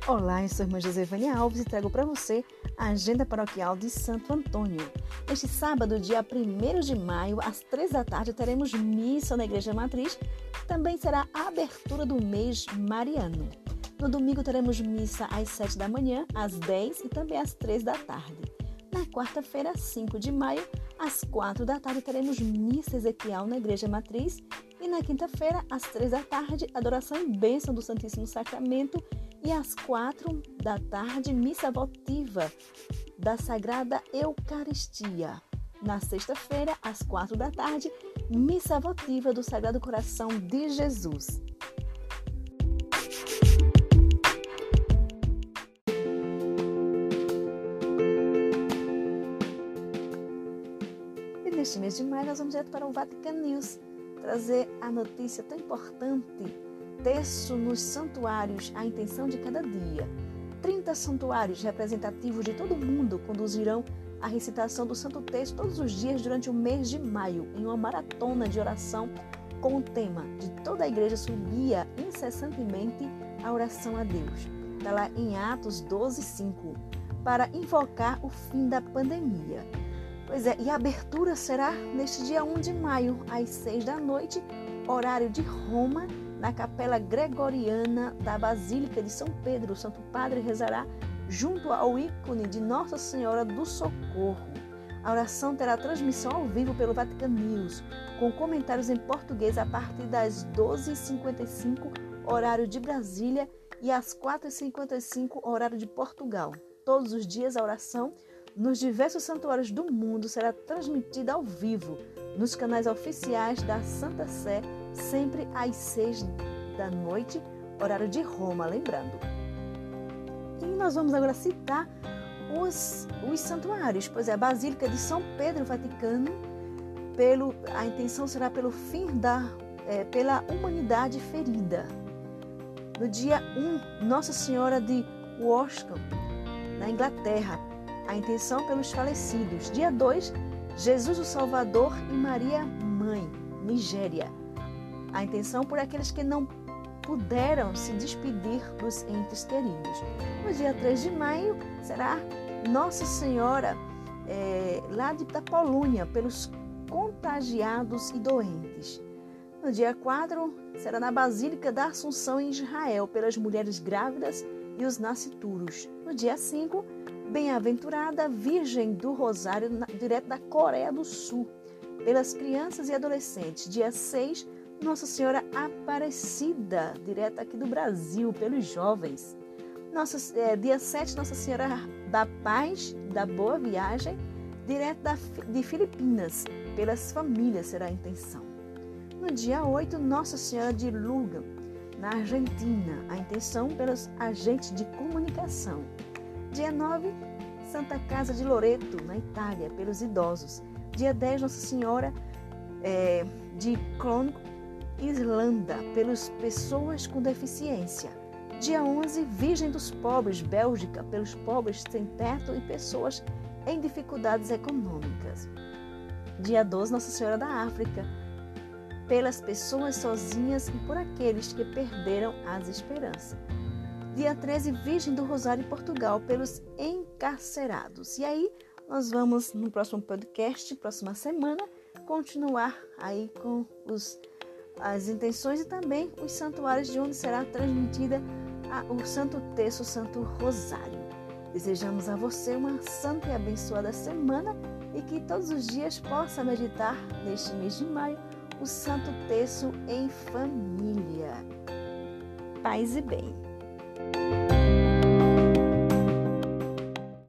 Olá, eu sou a irmã Josefânia Alves e trago para você a agenda paroquial de Santo Antônio. Neste sábado, dia 1º de maio, às 3 da tarde, teremos missa na Igreja Matriz. Também será a abertura do mês mariano. No domingo, teremos missa às 7 da manhã, às 10 e também às 3 da tarde. Na quarta-feira, 5 de maio, às 4 da tarde, teremos missa ezequial na Igreja Matriz. E na quinta-feira, às 3 da tarde, adoração e bênção do Santíssimo Sacramento. E às 4 da tarde, missa votiva da Sagrada Eucaristia. Na sexta-feira, às 4 da tarde, missa votiva do Sagrado Coração de Jesus. E neste mês de maio, nós vamos direto para o Vatican News, trazer a notícia tão importante. Terço nos santuários, a intenção de cada dia. 30 santuários representativos de todo o mundo conduzirão a recitação do Santo Terço todos os dias durante o mês de maio, em uma maratona de oração com o tema de toda a igreja subia incessantemente a oração a Deus. Está lá em Atos 12:5, para invocar o fim da pandemia. Pois é, e a abertura será neste dia 1 de maio, às 6 da noite, horário de Roma, na Capela Gregoriana da Basílica de São Pedro. O Santo Padre rezará junto ao ícone de Nossa Senhora do Socorro. A oração terá transmissão ao vivo pelo Vatican News, com comentários em português a partir das 12h55, horário de Brasília, e às 4h55, horário de Portugal. Todos os dias a oração nos diversos santuários do mundo será transmitida ao vivo nos canais oficiais da Santa Sé, sempre às 6 da noite, horário de Roma, lembrando. E nós vamos agora citar os santuários, pois é, a Basílica de São Pedro Vaticano, a intenção será pelo fim pela humanidade ferida. No dia 1, Nossa Senhora de Washington, na Inglaterra, a intenção pelos falecidos. Dia 2, Jesus o Salvador e Maria Mãe, Nigéria. A intenção por aqueles que não puderam se despedir dos entes queridos. No dia 3 de maio será Nossa Senhora lá da Polônia, pelos contagiados e doentes. No dia 4 será na Basílica da Assunção em Israel, pelas mulheres grávidas e os nascituros. No dia 5, Bem-aventurada Virgem do Rosário, direto da Coreia do Sul, pelas crianças e adolescentes. Dia 6, Nossa Senhora Aparecida, direto aqui do Brasil, pelos jovens. Dia 7, Nossa Senhora da Paz, da Boa Viagem, direto de Filipinas, pelas famílias será a intenção. No dia 8, Nossa Senhora de Lugan, na Argentina, a intenção pelos agentes de comunicação. Dia 9, Santa Casa de Loreto, na Itália, pelos idosos. Dia 10, Nossa Senhora de Clon, Irlanda, pelas pessoas com deficiência. Dia 11, Virgem dos Pobres, Bélgica, pelos pobres sem teto e pessoas em dificuldades econômicas. Dia 12, Nossa Senhora da África, pelas pessoas sozinhas e por aqueles que perderam as esperanças. Dia 13, Virgem do Rosário, Portugal, pelos encarcerados. E aí, nós vamos, no próximo podcast, próxima semana, continuar aí com as intenções e também os santuários de onde será transmitida o Santo Terço, o Santo Rosário. Desejamos a você uma santa e abençoada semana e que todos os dias possa meditar, neste mês de maio, o Santo Terço em família. Paz e bem.